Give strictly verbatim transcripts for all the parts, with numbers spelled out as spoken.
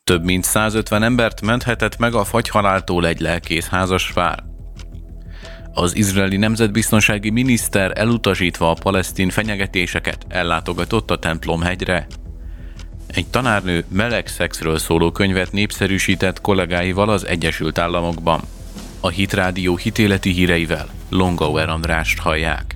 Több mint százötven embert menthetett meg a fagyhaláltól egy lelkész házaspár. Az izraeli nemzetbiztonsági miniszter elutasítva a palesztin fenyegetéseket ellátogatott a Templomhegyre. Egy tanárnő meleg szexről szóló könyvet népszerűsített kollégáival az Egyesült Államokban. A Hit Rádió hitéleti híreivel Longauer Andrást hallják.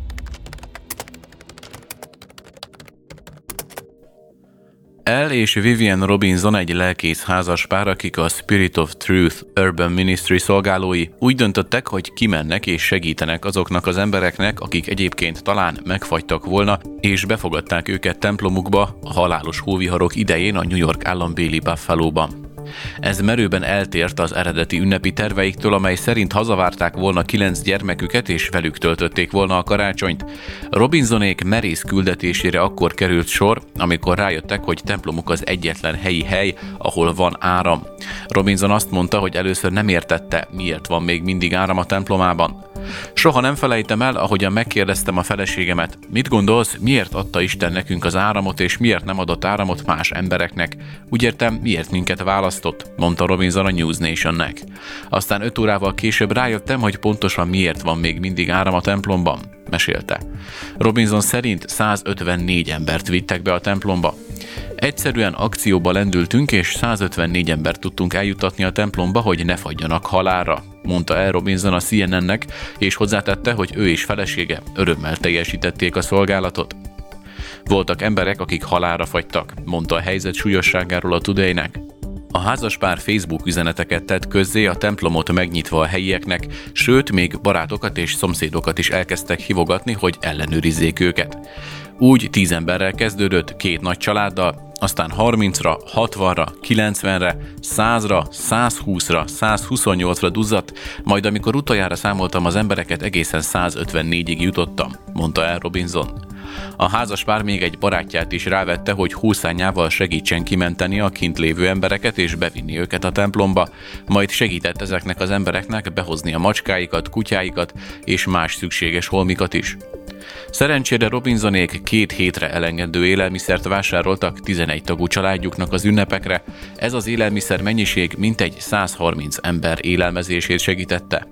Elle és Vivian Robinson egy lelkész házaspár, akik a Spirit of Truth Urban Ministry szolgálói, úgy döntöttek, hogy kimennek és segítenek azoknak az embereknek, akik egyébként talán megfagytak volna, és befogadták őket templomukba a halálos hóviharok idején a New York állambéli Buffalóban. Ez merőben eltért az eredeti ünnepi terveiktől, amely szerint hazavárták volna kilenc gyermeküket és velük töltötték volna a karácsonyt. Robinsonék merész küldetésére akkor került sor, amikor rájöttek, hogy templomuk az egyetlen helyi hely, ahol van áram. Robinson azt mondta, hogy először nem értette, miért van még mindig áram a templomában. Soha nem felejtem el, ahogyan megkérdeztem a feleségemet, mit gondolsz, miért adta Isten nekünk az áramot, és miért nem adott áramot más embereknek? Úgy értem, miért minket választott, mondta Robinson a News Nationnek. Aztán öt órával később rájöttem, hogy pontosan miért van még mindig áram a templomban, mesélte. Robinson szerint százötvennégy embert vittek be a templomba. Egyszerűen akcióba lendültünk, és százötvennégy embert tudtunk eljutatni a templomba, hogy ne fagyjanak halálra, mondta el Robinson a C N N-nek, és hozzátette, hogy ő és felesége örömmel teljesítették a szolgálatot. Voltak emberek, akik halálra fagytak, mondta a helyzet súlyosságáról a Today-nek. A házaspár Facebook üzeneteket tett közzé a templomot megnyitva a helyieknek, sőt, még barátokat és szomszédokat is elkezdtek hívogatni, hogy ellenőrizzék őket. Úgy tíz emberrel kezdődött, két nagy családdal, aztán harmincra, hatvanra, kilencvenre, százra, százhúszra, százhuszonnyolcra duzzadt, majd amikor utoljára számoltam az embereket, egészen százötvennégyig jutottam, mondta el Robinson. A házaspár még egy barátját is rávette, hogy húszányával segítsen kimenteni a kint lévő embereket és bevinni őket a templomba, majd segített ezeknek az embereknek behozni a macskáikat, kutyáikat és más szükséges holmikat is. Szerencsére Robinsonék két hétre elengedő élelmiszert vásároltak tizenegy tagú családjuknak az ünnepekre, ez az élelmiszer mennyiség mintegy százharminc ember élelmezését segítette.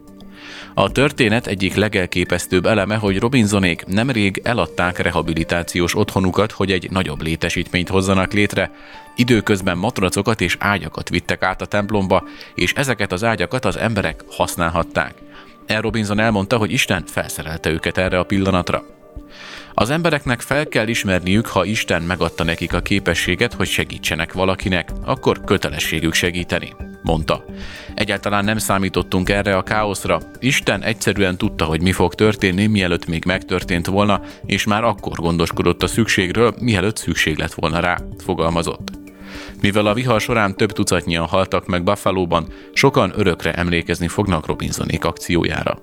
A történet egyik legelképesztőbb eleme, hogy Robinsonék nemrég eladták rehabilitációs otthonukat, hogy egy nagyobb létesítményt hozzanak létre. Időközben matracokat és ágyakat vittek át a templomba, és ezeket az ágyakat az emberek használhatták. El Robinson elmondta, hogy Isten felszerelte őket erre a pillanatra. Az embereknek fel kell ismerniük, ha Isten megadta nekik a képességet, hogy segítsenek valakinek, akkor kötelességük segíteni, mondta. Egyáltalán nem számítottunk erre a káoszra. Isten egyszerűen tudta, hogy mi fog történni, mielőtt még megtörtént volna, és már akkor gondoskodott a szükségről, mielőtt szükség lett volna rá, fogalmazott. Mivel a vihar során több tucatnyian haltak meg Buffalóban, sokan örökre emlékezni fognak Robinsonék akciójára.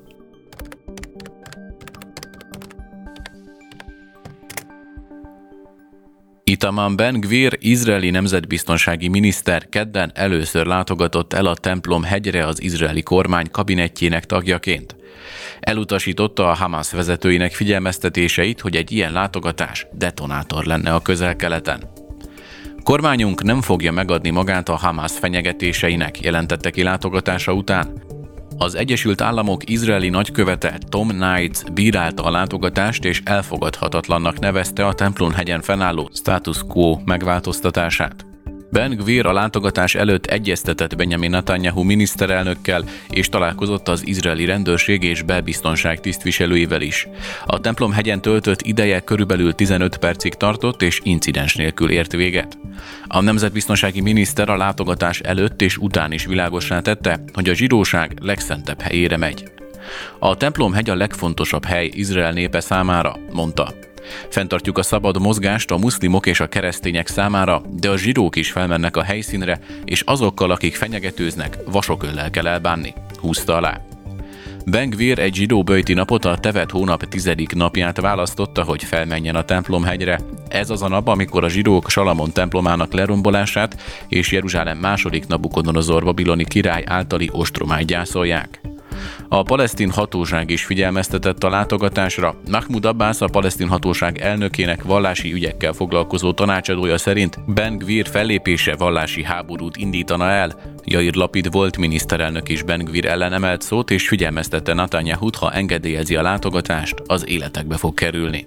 Itamar Ben-Gvir, izraeli nemzetbiztonsági miniszter kedden először látogatott el a Templomhegyre az izraeli kormány kabinettjének tagjaként. Elutasította a Hamas vezetőinek figyelmeztetéseit, hogy egy ilyen látogatás detonátor lenne a Közel-Keleten. Kormányunk nem fogja megadni magát a Hamas fenyegetéseinek, jelentette ki látogatása után. Az Egyesült Államok izraeli nagykövete Tom Knights bírálta a látogatást és elfogadhatatlannak nevezte a Templomhegyen fennálló status quo megváltoztatását. Ben-Gvir a látogatás előtt egyeztetett Benjamin Netanyahu miniszterelnökkel és találkozott az izraeli rendőrség és belbiztonság tisztviselőivel is. A Templomhegyen töltött ideje körülbelül tizenöt percig tartott és incidens nélkül ért véget. A nemzetbiztonsági miniszter a látogatás előtt és után is világossá tette, hogy a zsidóság legszentebb helyére megy. A Templomhegy a legfontosabb hely Izrael népe számára, mondta. Fenntartjuk a szabad mozgást a muszlimok és a keresztények számára, de a zsidók is felmennek a helyszínre, és azokkal, akik fenyegetőznek, vasokőllel kell elbánni, húzta alá. Ben-Gvir egy zsidó böjti napot, a Tevet hónap tizedik napját választotta, hogy felmenjen a Templomhegyre. Ez az a nap, amikor a zsidók Salamon templomának lerombolását és Jeruzsálem második Nabukodonozor babiloni király általi ostromát gyászolják. A palesztin hatóság is figyelmeztetett a látogatásra. Mahmoud Abbas, a palesztin hatóság elnökének vallási ügyekkel foglalkozó tanácsadója szerint Ben Gvir fellépése vallási háborút indítana el. Jair Lapid volt miniszterelnök is Ben Gvir ellen emelt szót, és figyelmeztette Netanyahut, ha engedélyezi a látogatást, az életekbe fog kerülni.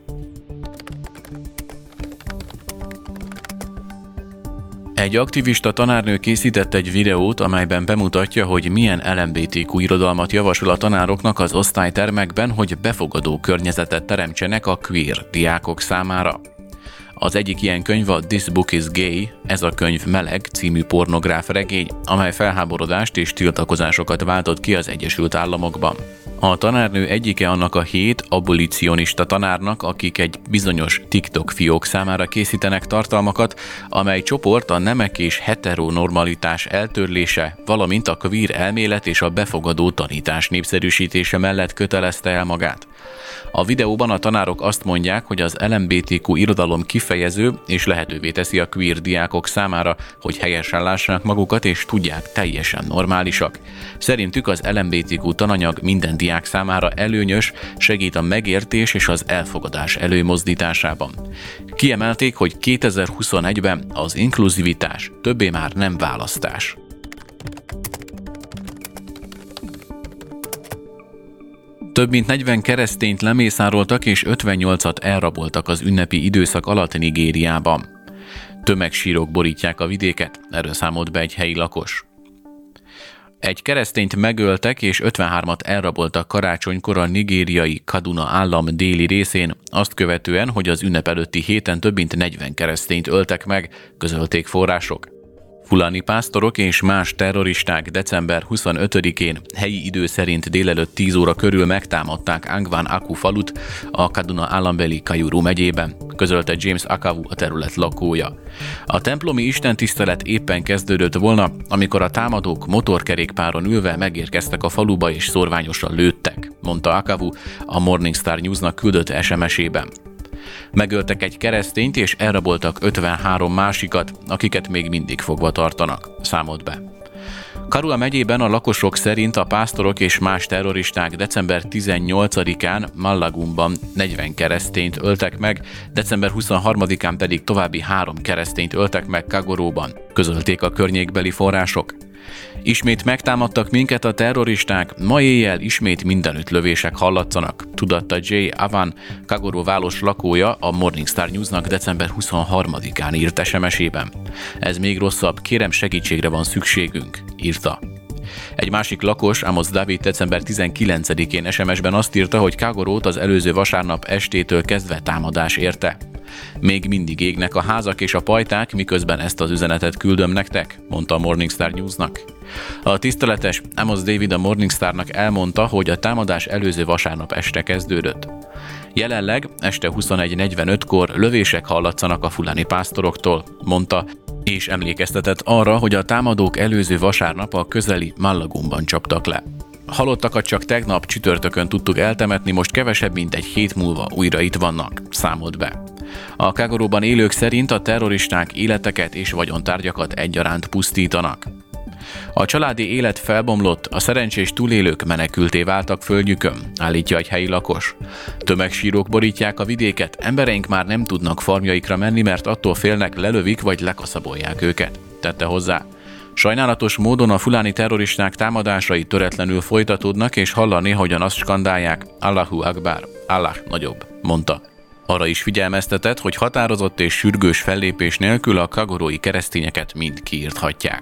Egy aktivista tanárnő készített egy videót, amelyben bemutatja, hogy milyen el em bé té kú irodalmat javasol a tanároknak az osztálytermekben, hogy befogadó környezetet teremtsenek a queer diákok számára. Az egyik ilyen könyv a This Book is Gay, ez a könyv meleg című pornográf regény, amely felháborodást és tiltakozásokat váltott ki az Egyesült Államokban. A tanárnő egyike annak a hét abolicionista tanárnak, akik egy bizonyos TikTok fiók számára készítenek tartalmakat, amely csoport a nemek és heteronormalitás eltörlése, valamint a queer elmélet és a befogadó tanítás népszerűsítése mellett kötelezte el magát. A videóban a tanárok azt mondják, hogy az el em bé té kú irodalom kifejező és lehetővé teszi a queer diákok számára, hogy helyesen lássák magukat és tudják, teljesen normálisak. Szerintük az el em bé té kú tananyag minden diák számára előnyös, segít a megértés és az elfogadás előmozdításában. Kiemelték, hogy kétezer-huszonegyben az inkluzivitás többé már nem választás. Több mint negyven keresztényt lemészároltak és ötvennyolcat elraboltak az ünnepi időszak alatt Nigériában. Tömegsírok borítják a vidéket, erről számolt be egy helyi lakos. Egy keresztényt megöltek és ötvenhármat elraboltak karácsonykor a nigériai Kaduna állam déli részén, azt követően, hogy az ünnep előtti héten több mint negyven keresztényt öltek meg, közölték források. Fulani pásztorok és más terroristák december huszonötödikén helyi idő szerint délelőtt tíz óra körül megtámadták Angwan Aku falut a Kaduna állambeli Kayuru megyében, közölte James Akavu, a terület lakója. A templomi istentisztelet éppen kezdődött volna, amikor a támadók motorkerékpáron ülve megérkeztek a faluba és szorványosan lőttek, mondta Akavu a Morning Star Newsnak küldött es em es-ében. Megöltek egy keresztényt és elraboltak ötvenhárom másikat, akiket még mindig fogva tartanak, számolt be. Karua megyében a lakosok szerint a pásztorok és más terroristák december tizennyolcadikán Mallagumban negyven keresztényt öltek meg, december huszonharmadikán pedig további három keresztényt öltek meg Kagoróban, közölték a környékbeli források. Ismét megtámadtak minket a terroristák, ma éjjel ismét mindenütt lövések hallatszanak, tudatta Jay Avan, Kagoro város lakója a Morning Star Newsnak december huszonharmadikán írt es em es-ében. Ez még rosszabb, kérem segítségre van szükségünk, írta. Egy másik lakos, Amos David december tizenkilencedikén es em es-ben azt írta, hogy Kagorót az előző vasárnap estétől kezdve támadás érte. Még mindig égnek a házak és a pajták, miközben ezt az üzenetet küldöm nektek, mondta a Morning Star Newsnak. A tiszteletes Amos David a Morning Starnak elmondta, hogy a támadás előző vasárnap este kezdődött. Jelenleg este huszonegy negyvenötkor lövések hallatszanak a fulani pásztoroktól, mondta, és emlékeztetett arra, hogy a támadók előző vasárnap a közeli Mallagumban csaptak le. Halottakat csak tegnap csütörtökön tudtuk eltemetni, most kevesebb, mint egy hét múlva újra itt vannak, számolt be. A Kagoróban élők szerint a terroristák életeket és vagyontárgyakat egyaránt pusztítanak. A családi élet felbomlott, a szerencsés túlélők menekülté váltak földjükön, állítja egy helyi lakos. Tömegsírok borítják a vidéket, embereink már nem tudnak farmjaikra menni, mert attól félnek, lelövik vagy lekaszabolják őket, tette hozzá. Sajnálatos módon a fulani terroristák támadásai töretlenül folytatódnak, és hallani, hogyan azt skandálják, Allahu Akbar, Allah nagyobb, mondta. Arra is figyelmeztetett, hogy határozott és sürgős fellépés nélkül a kagorói keresztényeket mind kiirthatják.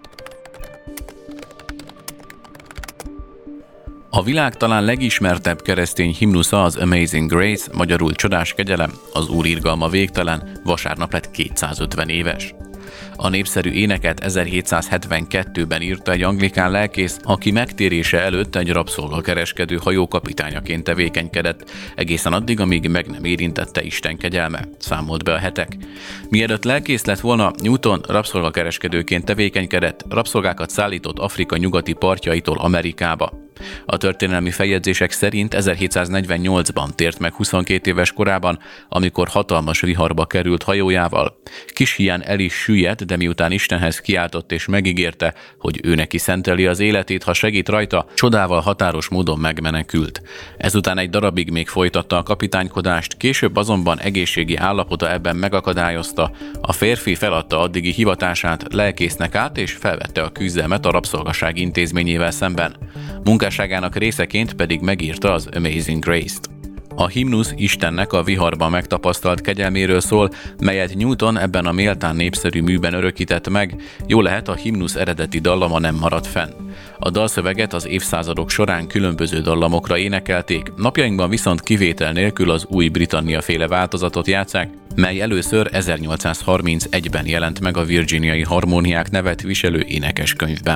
A világ talán legismertebb keresztény himnusza az Amazing Grace, magyarul Csodás kegyelem, az Úr irgalma végtelen, vasárnap lett kétszázötven éves. A népszerű éneket ezerhétszázhetvenkettőben írta egy anglikán lelkész, aki megtérése előtt egy rabszolgakereskedő hajó kapitányaként tevékenykedett, egészen addig, amíg meg nem érintette Isten kegyelme, számolt be a Hetek. Mielőtt lelkész lett volna, Newton rabszolgakereskedőként tevékenykedett, rabszolgákat szállított Afrika nyugati partjaitól Amerikába. A történelmi feljegyzések szerint ezerhétszáznegyvennyolcban tért meg huszonkét éves korában, amikor hatalmas viharba került hajójával. Kis híján el is süllyedt, de miután Istenhez kiáltott és megígérte, hogy ő neki szenteli az életét, ha segít rajta, csodával határos módon megmenekült. Ezután egy darabig még folytatta a kapitánykodást, később azonban egészségi állapota ebben megakadályozta. A férfi feladta addigi hivatását, lelkésznek állt és felvette a küzdelmet a rabszolgaság intézményével szemben. Munkásságának részeként pedig megírta az Amazing Grace-t. A himnusz Istennek a viharban megtapasztalt kegyelméről szól, melyet Newton ebben a méltán népszerű műben örökített meg, jó lehet a himnusz eredeti dallama nem maradt fenn. A dalszöveget az évszázadok során különböző dallamokra énekelték, napjainkban viszont kivétel nélkül az új Britannia-féle változatot játsszák, mely először ezernyolcszázharmincegyben jelent meg a Virginiai Harmóniák nevet viselő énekeskönyvben.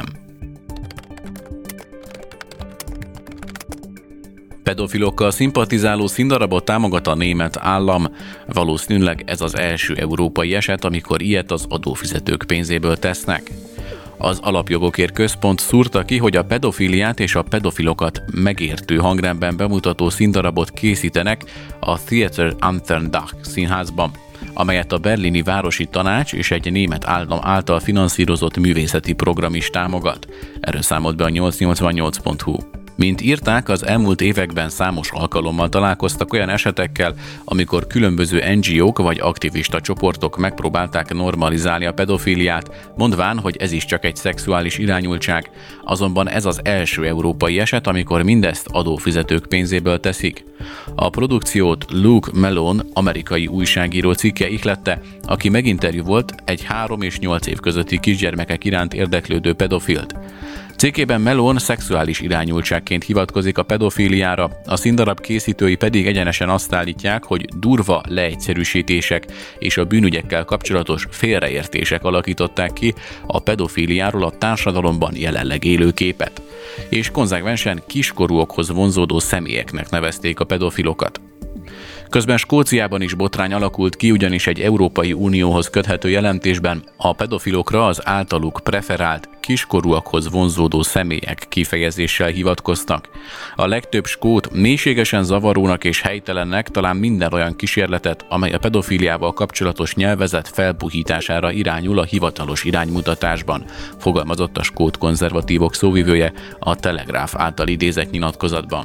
Pedofilokkal szimpatizáló színdarabot támogat a német állam. Valószínűleg ez az első európai eset, amikor ilyet az adófizetők pénzéből tesznek. Az Alapjogokért Központ szúrta ki, hogy a pedofiliát és a pedofilokat megértő hangrendben bemutató színdarabot készítenek a Theater an der Dach színházban, amelyet a berlini városi tanács és egy német állam által finanszírozott művészeti program is támogat. Erről számolt be a nyolcszáznyolcvannyolc pont hu. Mint írták, az elmúlt években számos alkalommal találkoztak olyan esetekkel, amikor különböző en gé ók vagy aktivista csoportok megpróbálták normalizálni a pedofiliát, mondván, hogy ez is csak egy szexuális irányultság, azonban ez az első európai eset, amikor mindezt adófizetők pénzéből teszik. A produkciót Luke Malone, amerikai újságíró cikke ihlette, aki meginterjú volt egy három és nyolc év közötti kisgyermekek iránt érdeklődő pedofilt. Cikkében Malone szexuális irányultságként hivatkozik a pedofíliára, a színdarab készítői pedig egyenesen azt állítják, hogy durva leegyszerűsítések és a bűnügyekkel kapcsolatos félreértések alakították ki a pedofíliáról a társadalomban jelenleg élő képet, és konzekvensen kiskorúokhoz vonzódó személyeknek nevezték a pedofilokat. Közben Skóciában is botrány alakult ki, ugyanis egy Európai Unióhoz köthető jelentésben a pedofilokra az általuk preferált, kiskorúakhoz vonzódó személyek kifejezéssel hivatkoztak. A legtöbb skót mélységesen zavarónak és helytelennek talán minden olyan kísérletet, amely a pedofiliával kapcsolatos nyelvezet felpuhítására irányul a hivatalos iránymutatásban, fogalmazott a skót konzervatívok szóvivője a Telegráf által idézett nyilatkozatban.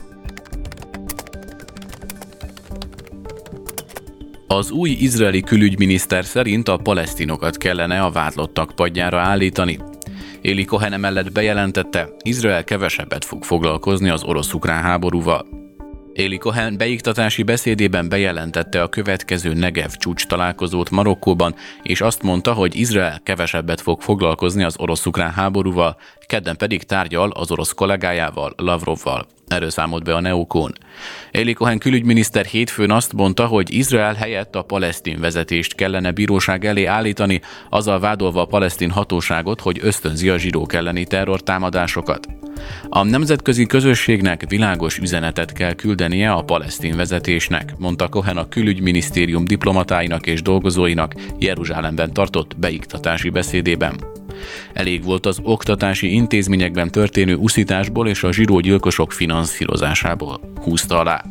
Az új izraeli külügyminiszter szerint a palesztinokat kellene a vádlottak padjára állítani. Eli Cohen emellett bejelentette, Izrael kevesebbet fog foglalkozni az orosz-ukrán háborúval. Eli Cohen beiktatási beszédében bejelentette a következő Negev csúcs találkozót Marokkóban, és azt mondta, hogy Izrael kevesebbet fog foglalkozni az orosz-ukrán háborúval, kedden pedig tárgyal az orosz kollégájával, Lavrovval. Erről számolt be a Neokón. Eli Cohen külügyminiszter hétfőn azt mondta, hogy Izrael helyett a palesztin vezetést kellene bíróság elé állítani, azzal vádolva a palesztin hatóságot, hogy ösztönzi a zsidók elleni terrortámadásokat. A nemzetközi közösségnek világos üzenetet kell küldenie a palesztin vezetésnek, mondta Cohen a külügyminisztérium diplomatáinak és dolgozóinak Jeruzsálemben tartott beiktatási beszédében. Elég volt az oktatási intézményekben történő uszításból és a zsidó gyilkosok finanszírozásából, húzta alá.